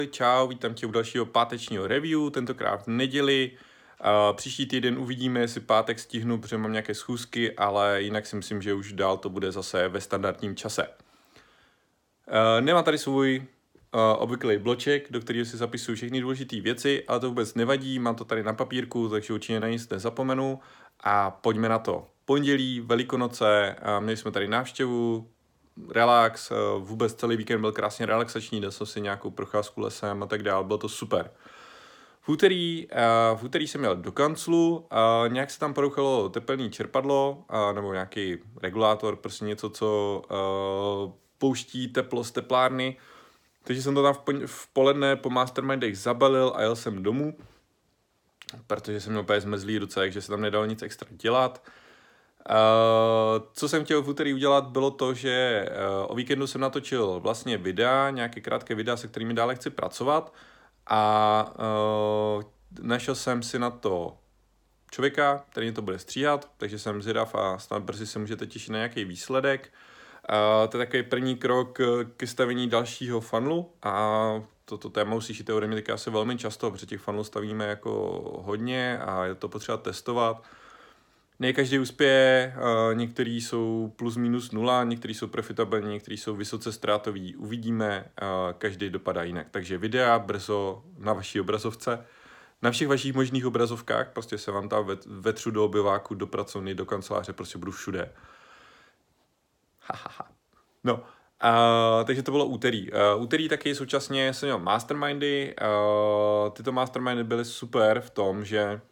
Čau, vítám tě u dalšího pátečního review, tentokrát v neděli. Příští týden uvidíme, jestli pátek stihnu, protože mám nějaké schůzky, ale jinak si myslím, že už dál to bude zase ve standardním čase. Nemám tady svůj obvyklý bloček, do kterého si zapisuju všechny důležité věci, ale to vůbec nevadí, mám to tady na papírku, takže určitě na nic nezapomenu. A pojďme na to. Pondělí, Velikonoce, měli jsme tady návštěvu, relax, vůbec celý víkend byl krásně relaxační, dal jsem si nějakou procházku lesem a tak dále, bylo to super. V úterý jsem jel do kanclu, nějak se tam porouchalo tepelné čerpadlo, nebo nějaký regulátor, prostě něco, co pouští teplo z teplárny. Takže jsem to tam v poledne po mastermindech zabalil a jel jsem domů, protože jsem měl úplně zmrzlý ruce, takže se tam nedalo nic extra dělat. Co jsem chtěl v úterý udělat, bylo to, že o víkendu jsem natočil vlastně videa, nějaké krátké videa, se kterými dále chci pracovat a našel jsem si na to člověka, který mě to bude stříhat, takže jsem zvědav a snad brzy se můžete těšit na nějaký výsledek. To je takový první krok ke stavení dalšího funnelu a toto téma uslyšíte ode mě taky asi velmi často, protože těch funnelů stavíme jako hodně a je to potřeba testovat. Ne každý uspěje, některý jsou plus minus nula, některý jsou profitabilní, některý jsou vysoce ztrátový. Uvidíme, každý dopadá jinak. Takže videa brzo na vaší obrazovce, na všech vašich možných obrazovkách, prostě se vám tam vetřu do obyváku, do pracovny, do kanceláře, prostě budu všude. No, takže to bylo úterý. Úterý taky současně jsem měl mastermindy. Tyto mastermindy byly super v tom, že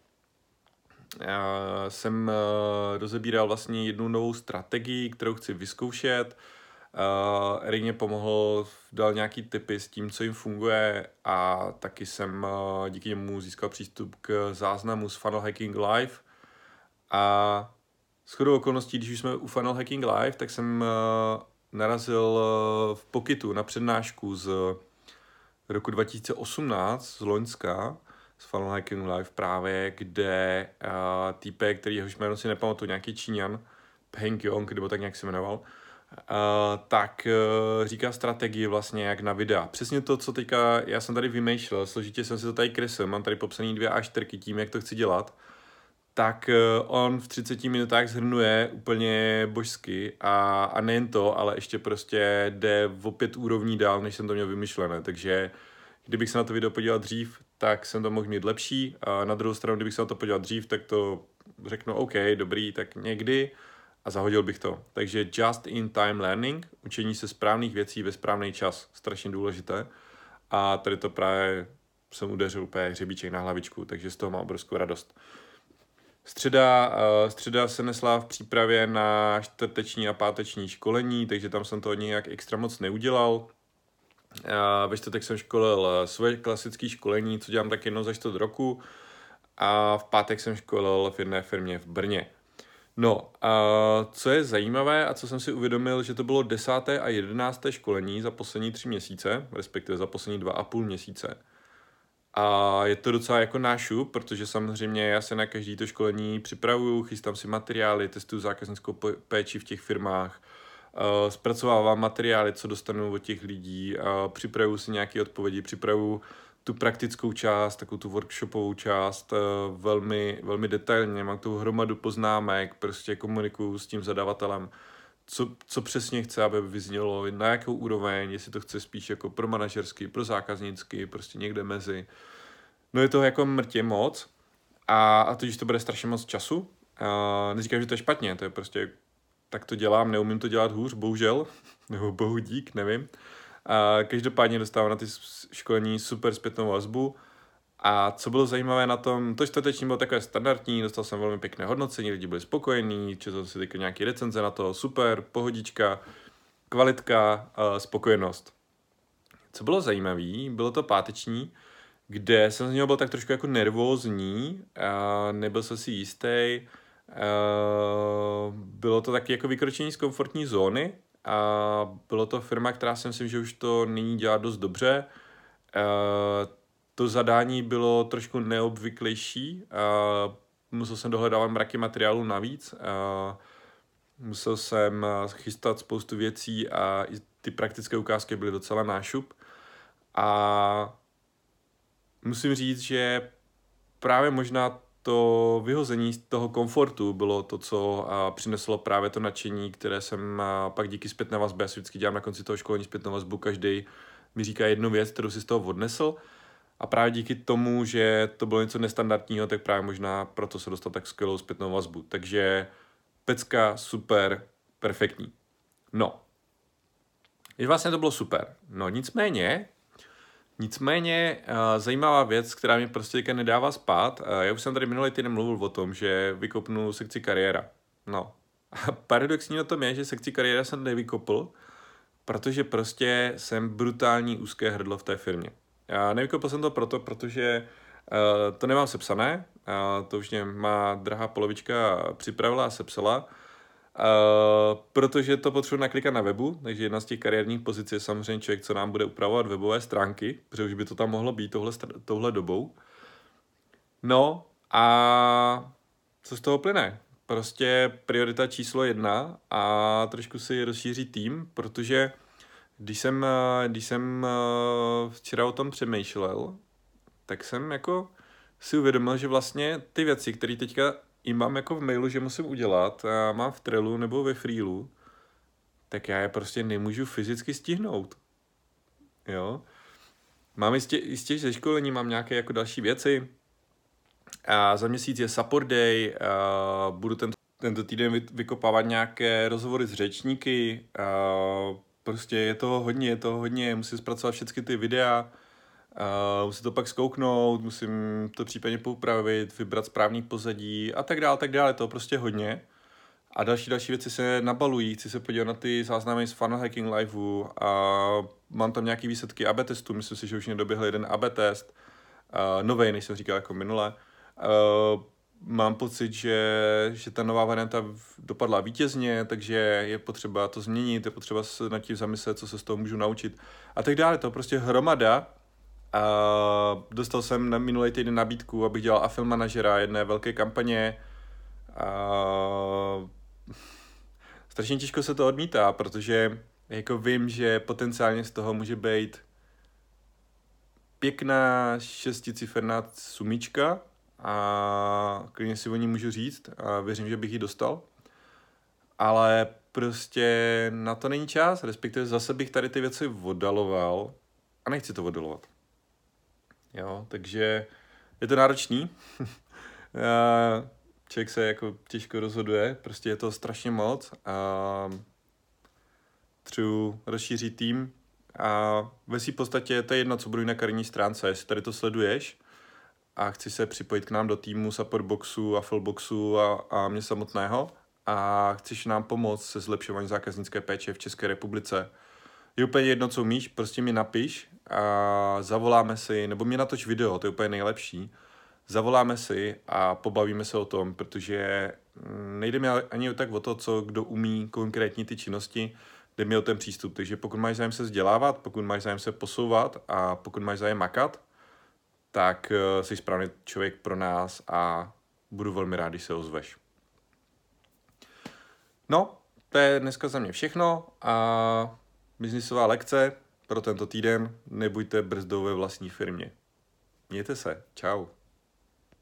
jsem rozebíral vlastně jednu novou strategii, kterou chci vyzkoušet. Erik mě pomohl, dal nějaký tipy s tím, co jim funguje a taky jsem díky němu získal přístup k záznamu z Funnel Hacking Live. A shodou okolností, když už jsme u Funnel Hacking Live, tak jsem narazil v Pokytu na přednášku z roku 2018 z Loňska, z Funnel Hacking Live právě, kde týpek, který jehož jméno si nepamatuju, nějaký Číňan, Peng Yong, nebo tak nějak se jmenoval, tak říká strategii vlastně jak na videa. Přesně to, co teďka já jsem tady vymýšlel, složitě jsem si to tady kreslil, mám tady popsaný 2 A4 tím, jak to chci dělat, tak on v 30 minutách zhrnuje úplně božsky a nejen to, ale ještě prostě jde o 5 úrovní dál, než jsem to měl vymyšlené, takže kdybych se na to video podíval dřív, tak jsem to mohl mít lepší. A na druhou stranu, kdybych se na to podíval dřív, tak to řeknu OK, dobrý, tak někdy a zahodil bych to. Takže just in time learning, učení se správných věcí ve správný čas, strašně důležité. A tady to právě jsem udeřil úplně hřebíček na hlavičku, takže z toho mám obrovskou radost. Středa se nesla v přípravě na čtvrteční a páteční školení, takže tam jsem to nějak extra moc neudělal. Ve čtvrtek jsem školil svoje klasické školení, co dělám tak jednou za 4 roku a v pátek jsem školil v jedné firmě v Brně. No, co je zajímavé a co jsem si uvědomil, že to bylo 10. a 11. školení za poslední 3 měsíce, respektive za poslední 2,5 měsíce. A je to docela jako nášup, protože samozřejmě já se na každý to školení připravuju, chystám si materiály, testuju zákaznickou péči v těch firmách, zpracovávám materiály, co dostanu od těch lidí, připravuju si nějaké odpovědi, připravuju tu praktickou část, takovou tu workshopovou část velmi, velmi detailně, mám tu hromadu poznámek, prostě komunikuju s tím zadavatelem, co přesně chce, aby vyznělo, na jakou úroveň, jestli to chce spíš jako pro manažersky, pro zákaznický, prostě někde mezi. No je to jako mrtě moc a to, když to bude strašně moc času, neříkám, že to je špatně, to je prostě, tak to dělám, neumím to dělat hůř, bohužel, nebo bohu dík, nevím. Každopádně dostávám na ty školení super zpětnou vazbu. A co bylo zajímavé na tom, to čtvrteční bylo takové standardní, dostal jsem velmi pěkné hodnocení, lidi byli spokojení, četl si teď nějaký recenze na to, super, pohodička, kvalitka, spokojenost. Co bylo zajímavé, bylo to páteční, kde jsem z něho byl tak trošku jako nervózní, nebyl jsem si jistý, bylo to taky jako vykročení z komfortní zóny a bylo to firma, která si myslím, že už to nyní dělá dost dobře. To zadání bylo trošku neobvyklejší, musel jsem dohledávat mraky materiálu navíc, musel jsem chystat spoustu věcí a i ty praktické ukázky byly docela nášup. A musím říct, že právě možná to vyhození z toho komfortu bylo to, co přineslo právě to nadšení, které jsem pak díky zpětné vazbě, já si vždycky dělám na konci toho školení zpětnou vazbu, každý mi říká jednu věc, kterou si z toho odnesl. A právě díky tomu, že to bylo něco nestandardního, tak právě možná proto se dostal tak skvělou zpětnou vazbu. Takže pecka, super, perfektní. No. Když vlastně to bylo super. No nicméně zajímavá věc, která mě prostě teďka nedává spát. Já už jsem tady minulý týden mluvil o tom, že vykopnu sekci kariéra. No. A paradoxní na tom je, že sekci kariéra jsem nevykopl, protože prostě jsem brutální úzké hrdlo v té firmě. Já nevykopl jsem to protože to nemám sepsané, to už mě má drahá polovička připravila a sepsala, protože to potřebuji naklikat na webu, takže jedna z těch kariérních pozic je samozřejmě člověk, co nám bude upravovat webové stránky, protože už by to tam mohlo být touhle dobou. No a co z toho plyne? Prostě priorita číslo 1 a trošku si rozšířit tým, protože když jsem včera o tom přemýšlel, tak jsem jako si uvědomil, že vlastně ty věci, které teďka i mám jako v mailu, že musím udělat, a mám v Trellu nebo ve Freelu, tak já je prostě nemůžu fyzicky stihnout. Jo? Mám jistě ze školení, mám nějaké jako další věci. A za měsíc je support day, budu tento týden vykopávat nějaké rozhovory s řečníky, prostě je toho hodně, musím zpracovat všechny ty videa, musím to pak zkouknout, musím to případně poupravit, vybrat správný pozadí a tak dále, je to prostě hodně. A další věci se nabalují, chci se podívat na ty záznamy z Funnel Hacking Liveu a mám tam nějaký výsledky AB testu, myslím si, že už mě doběhl jeden AB test, novej, než jsem říkal jako minule. Mám pocit, že ta nová varianta dopadla vítězně, takže je potřeba to změnit, je potřeba se nad tím zamyslet, co se z toho můžu naučit a tak dále. To je prostě hromada. Dostal jsem na minulý týden nabídku, abych dělal affiliate manažera jedné velké kampaně. Strašně těžko se to odmítá, protože jako vím, že potenciálně z toho může být pěkná 6ciferná sumička a klidně si o ní můžu říct a věřím, že bych ji dostal. Ale prostě na to není čas, respektive zase bych tady ty věci oddaloval a nechci to oddalovat. Jo, takže je to náročný. Člověk se jako těžko rozhoduje, prostě je to strašně moc a třeba rozšířit tým a ve svým podstatě to je jedno, co budu na kariérní stránce, jestli tady to sleduješ a chci se připojit k nám do týmu Supportboxu, Affiliboxu a mě samotného a chceš nám pomoct se zlepšováním zákaznické péče v České republice. Je úplně jedno, co umíš, prostě mi napiš a zavoláme si, nebo mě natoč video, to je úplně nejlepší. Zavoláme si a pobavíme se o tom, protože nejde mi ani tak o to, co kdo umí konkrétní ty činnosti, jde mi o ten přístup. Takže pokud máš zájem se vzdělávat, pokud máš zájem se posouvat a pokud máš zájem makat, tak jsi správný člověk pro nás a budu velmi rád, když se ozveš. No, to je dneska za mě všechno a biznisová lekce pro tento týden: nebuďte brzdou ve vlastní firmě. Mějte se, čau.